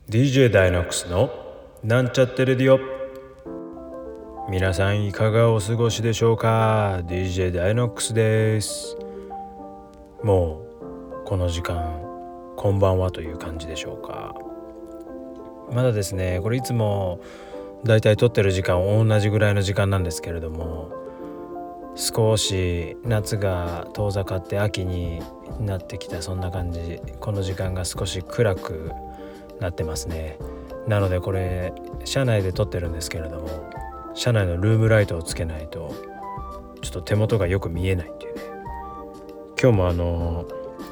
DJ ダイノックスのなんちゃってレディオ。皆さんいかがお過ごしでしょうか。 DJ ダイノックスです。もうこの時間こんばんはという感じでしょうか。まだですね、これいつもだいたい撮ってる時間同じぐらいの時間なんですけれども、少し夏が遠ざかって秋になってきたそんな感じ。この時間が少し暗くなってますね。なのでこれ車内で撮ってるんですけれども、車内のルームライトをつけないとちょっと手元がよく見えないっていうね。今日も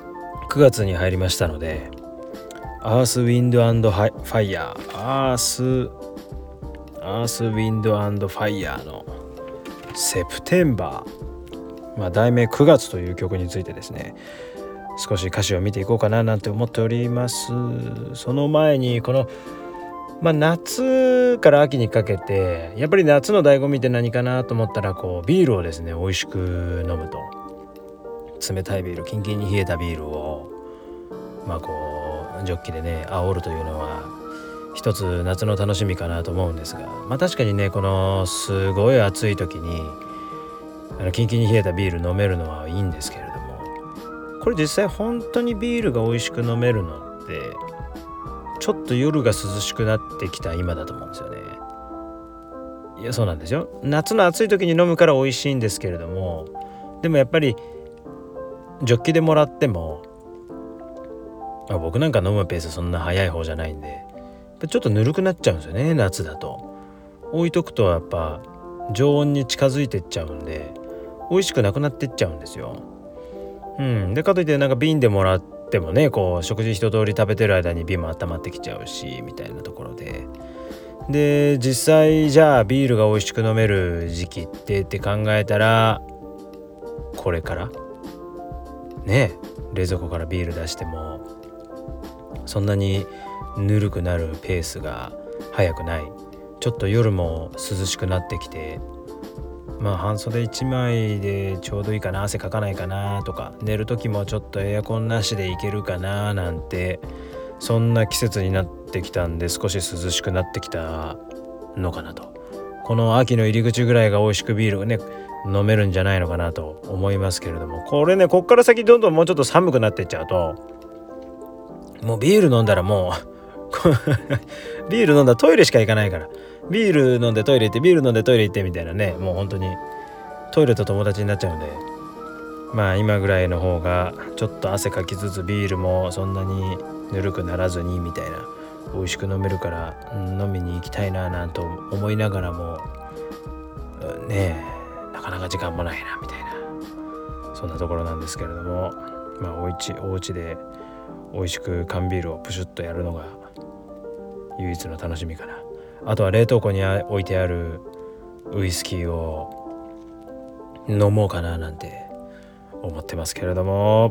9月に入りましたので、アースウィンド&ファイヤーアースウィンド&ファイヤーのセプテンバー、題名9月という曲についてですね、少し歌詞を見ていこうかななんて思っております。その前にこの、夏から秋にかけてやっぱり夏の醍醐味って何かなと思ったら、ビールをですね美味しく飲むと。冷たいビール、キンキンに冷えたビールをジョッキでね煽るというのは一つ夏の楽しみかなと思うんですが、確かにね、このすごい暑い時にキンキンに冷えたビール飲めるのはいいんですけれども、これ実際本当にビールが美味しく飲めるのってちょっと夜が涼しくなってきた今だと思うんですよね。いや、そうなんですよ。夏の暑い時に飲むから美味しいんですけれども、でもやっぱりジョッキでもらっても、僕なんか飲むペースそんな早い方じゃないんで、ちょっとぬるくなっちゃうんですよね。夏だと置いとくとやっぱ常温に近づいてっちゃうんで美味しくなくなってっちゃうんですよ。でかといって瓶でもらってもね、食事一通り食べてる間に瓶も温まってきちゃうしみたいなところで実際じゃあビールが美味しく飲める時期って考えたら、これからね冷蔵庫からビール出してもそんなにぬるくなるペースが早くない。ちょっと夜も涼しくなってきて、半袖1枚でちょうどいいかな、汗かかないかなとか、寝る時もちょっとエアコンなしでいけるかななんて、そんな季節になってきたんで、少し涼しくなってきたのかなと。この秋の入り口ぐらいが美味しくビールがね飲めるんじゃないのかなと思いますけれども、これね、こっから先どんどんもうちょっと寒くなっていっちゃうと、もうビール飲んだらもうビール飲んだらトイレしか行かないから、ビール飲んでトイレ行って、ビール飲んでトイレ行ってみたいなね、もう本当にトイレと友達になっちゃうんで、今ぐらいの方がちょっと汗かきつつビールもそんなにぬるくならずにみたいな、美味しく飲めるから飲みに行きたいななんと思いながらもね、なかなか時間もないなみたいな、そんなところなんですけれども、お家で美味しく缶ビールをプシュッとやるのが唯一の楽しみかな。あとは冷凍庫に置いてあるウイスキーを飲もうかななんて思ってますけれども、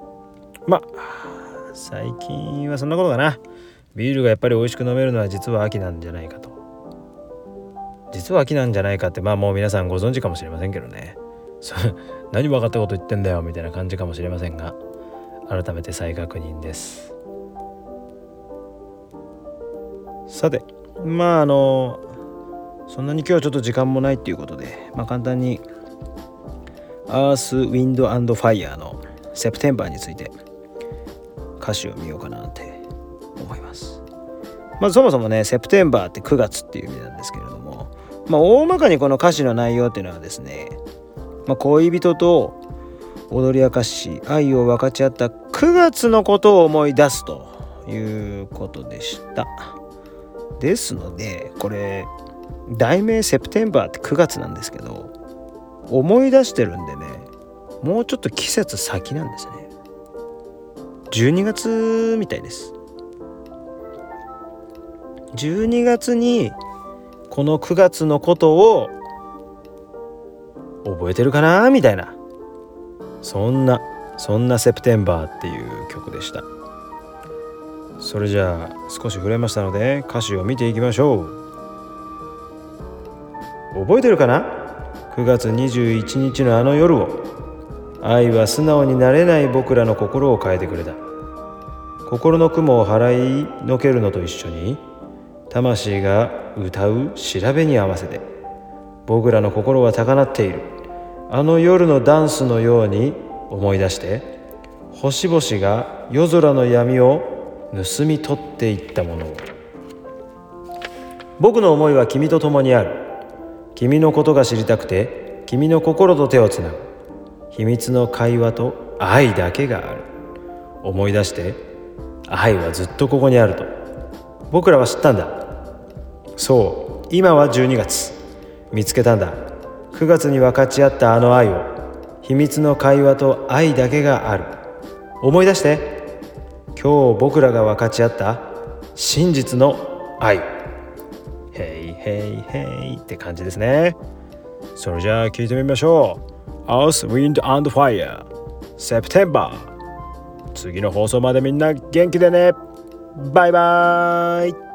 最近はそんなことかな。ビールがやっぱり美味しく飲めるのは実は秋なんじゃないかと。実は秋なんじゃないかって、もう皆さんご存知かもしれませんけどね何分かったこと言ってんだよみたいな感じかもしれませんが、改めて再確認です。さて、そんなに今日はちょっと時間もないっていうことで、簡単にアースウィンド&ファイヤーのセプテンバーについて歌詞を見ようかなって思います。そもそもね、セプテンバーって9月っていう意味なんですけれども、大まかにこの歌詞の内容っていうのはですね、恋人と踊り明かし愛を分かち合った9月のことを思い出すということでした。ですので、これ題名セプテンバーって9月なんですけど、思い出してるんでね、もうちょっと季節先なんですね。12月みたいです。12月にこの9月のことを覚えてるかなみたいな、そんなセプテンバーっていう曲でした。それじゃあ少し触れましたので歌詞を見ていきましょう。覚えてるかな、9月21日のあの夜を。愛は素直になれない僕らの心を変えてくれた。 心の雲を払いのけるのと一緒に、魂が歌う調べに合わせて僕らの心は高鳴っているあの夜のダンスのように思い出して、星々が夜空の闇を盗み取っていったものを。僕の思いは君と共にある。君のことが知りたくて君の心と手をつなぐ。秘密の会話と愛だけがある。思い出して、愛はずっとここにあると僕らは知ったんだ。そう、今は12月。見つけたんだ。9月に分かち合ったあの愛を。秘密の会話と愛だけがある。思い出して、今日僕らが分かち合った真実の愛。ヘイヘイヘイって感じですね。それじゃあ聞いてみましょう。 Earth, Wind and Fire September。 次の放送までみんな元気でね。バイバイ。